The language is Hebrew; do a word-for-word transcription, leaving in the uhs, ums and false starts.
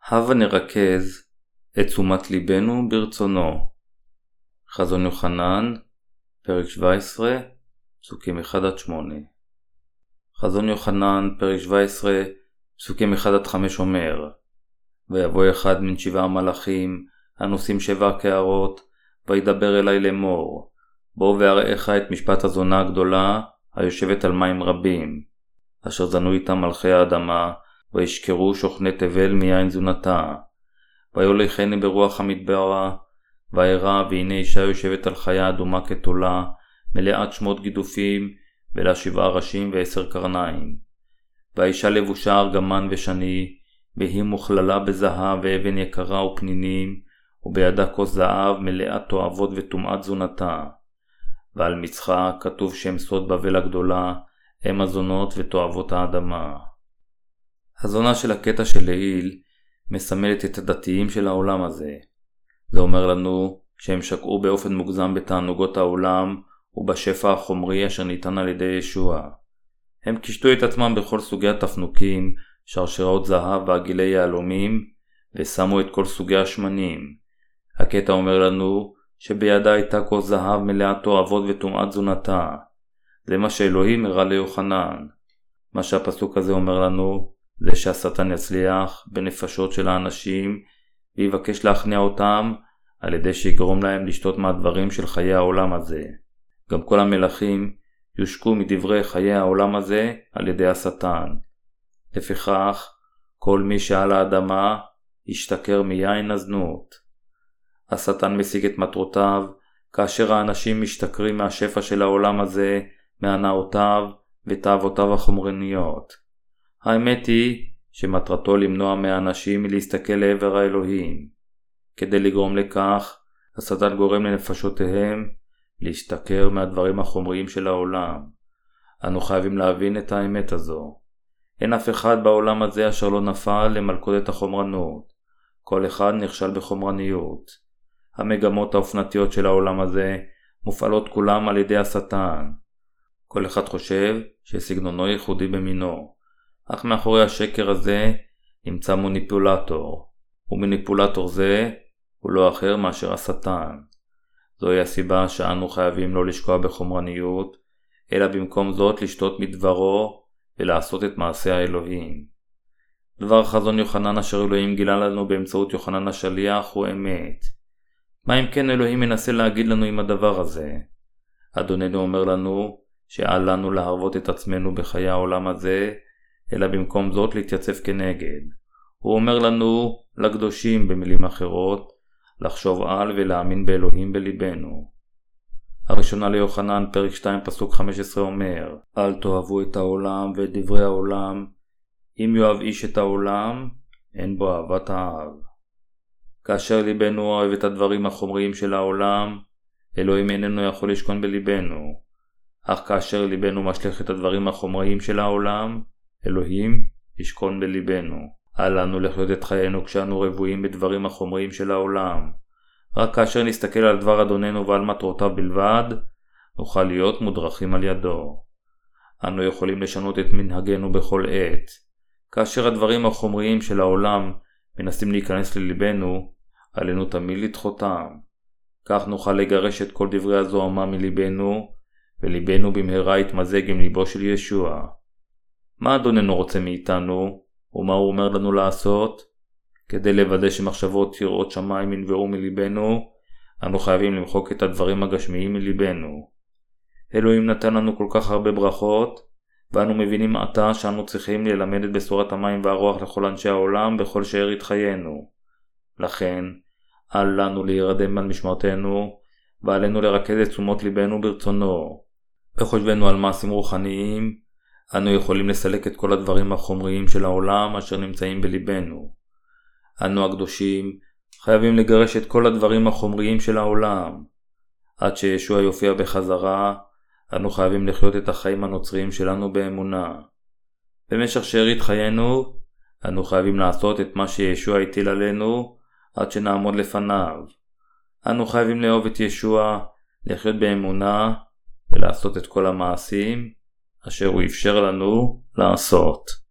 הבה נרכז את תשומת ליבנו ברצונו. חזון יוחנן, פרק שבע עשרה, פסוקים אחד עד שמונה. חזון יוחנן, פרק שבע עשרה, פסוקים אחד עד חמש אומר: ויבוא אחד מן שבעה מלאכים, הנושאים שבע קערות, וידבר אלי לאמור, בוא ואראך את משפט הזונה הגדולה, היושבת על מים רבים, אשר זנו איתם מלכי האדמה, וישכרו שוכני תבל מיין תזונתה. ויוליכני ברוח המדברה, וארא והנה אישה יושבת על חיה אדומה כתולה, מלאת שמות גידופים, ולה שבעה ראשים ועשר קרניים. והאישה לבושה ארגמן ושני, והיא מוכללה בזהב ואבן יקרה ופנינים, ובידה כוס זהב מלאת תועבות וטומאת תזונתה. ועל מצחה כתוב שם סוד בבל הגדולה, אם הזונות ותועבות האדמה. הזונה של הקטע של לעיל מסמלת את הדתיים של העולם הזה. זה אומר לנו שהם שקעו באופן מוגזם בתענוגות העולם ובשפע החומרי אשר ניתן על ידי ישוע. הם קישטו את עצמם בכל סוגי התפנוקים, שרשראות זהב ועגילי יהלומים, ושמו את כל סוגי השמנים. הקטע אומר לנו שבידה הייתה כוס זהב מלאת תועבות וטומאת תזונתה. זה מה שאלוהים הראה ליוחנן. מה שהפסוק הזה אומר לנו זה שהשטן יצליח בנפשות של האנשים ויבקש להכניע אותם על ידי שיגרום להם לשתות מהדברים של חיי העולם הזה. גם כל המלאכים יושקו מדברי חיי העולם הזה על ידי השטן. לפיכך, כל מי שעל האדמה ישתכר מיין הזנות. השטן משיג את מטרותיו כאשר האנשים משתכרים מהשפע של העולם הזה, מהנאותיו ותאוותיו החומרניות. האמת היא שמטרתו למנוע מהאנשים מלהסתכל לעבר האלוהים. כדי לגרום לכך, השטן גורם לנפשותיהם להשתכר מהדברים החומריים של העולם. אנו חייבים להבין את האמת הזו. אין אף אחד בעולם הזה אשר לא נפל למלכודת החומרנות. כל אחד נכשל בחומרניות. המגמות האופנתיות של העולם הזה מופעלות כולם על ידי השטן. כל אחד חושב שסגנונו ייחודי במינו. אך מאחורי השקר הזה נמצא מוניפולטור. ומניפולטור זה הוא לא אחר מאשר השטן. זוהי הסיבה שאנו חייבים לא לשקוע בחומרניות, אלא במקום זאת לשתות מדברו ולעשות את מעשה האלוהים. דבר חזון יוחנן אשר אלוהים גילה לנו באמצעות יוחנן השליח הוא אמת. מה אם כן אלוהים מנסה להגיד לנו עם הדבר הזה? אדוננו אומר לנו שאל לנו להרוות את עצמנו בחיי העולם הזה, אלא במקום זאת להתייצב כנגד. הוא אומר לנו, לקדושים במילים אחרות, לחשוב על ולהאמין באלוהים בליבנו. הראשונה ליוחנן פרק שתיים פסוק חמש עשרה אומר: אל תאהבו את העולם ואת דברי העולם, אם יאהב איש את העולם, אין בו אהבת האב. כאשר ליבנו אוהב את הדברים החומריים של העולם, אלוהים איננו יכול לשכון בליבנו. אך כאשר ליבנו משליך את הדברים החומריים של העולם, אלוהים ישכון בליבנו. אל לנו לחיות את חיינו כשאנו רבועים בדברים החומריים של העולם. רק כאשר נסתכל על דבר אדוננו ועל מטרותיו בלבד, נוכל להיות מודרכים על ידו. אנו יכולים לשנות את מנהגנו בכל עת. כאשר הדברים החומריים של העולם מנסים להיכנס לליבנו, עלינו תמיד לדחותם. כך נוכל לגרש את כל דברי הזוהמה מליבנו, וליבנו במהרה יתמזג עם ליבו של ישוע. מה אדוננו רוצה מאיתנו, ומה הוא אומר לנו לעשות? כדי לוודא שמחשבות יראות שמיים ינבעו מליבנו, אנו חייבים למחוק את הדברים הגשמיים מליבנו. אלוהים נתן לנו כל כך הרבה ברכות, ואנו מבינים עתה שאנו צריכים ללמד את בשורת המים והרוח לכל אנשי העולם בכל שארית חיינו. לכן, אל לנו להירדם על משמרתנו, ועלינו לרכז את תשומת ליבנו ברצונו. בחושבנו על מעשים רוחניים, אנו יכולים לסלק את כל הדברים החומריים של העולם אשר נמצאים בליבנו. אנו הקדושים חייבים לגרש את כל הדברים החומריים של העולם. עד שישוע יופיע בחזרה, אנו חייבים לחיות את החיים הנוצריים שלנו באמונה. במשך שארית חיינו, אנו חייבים לעשות את מה שישוע הטיל עלינו עד שנעמוד לפניו. אנו חייבים לאהוב את ישוע, לחיות באמונה ולעשות את כל המעשים אשר הוא אפשר לנו לעשות.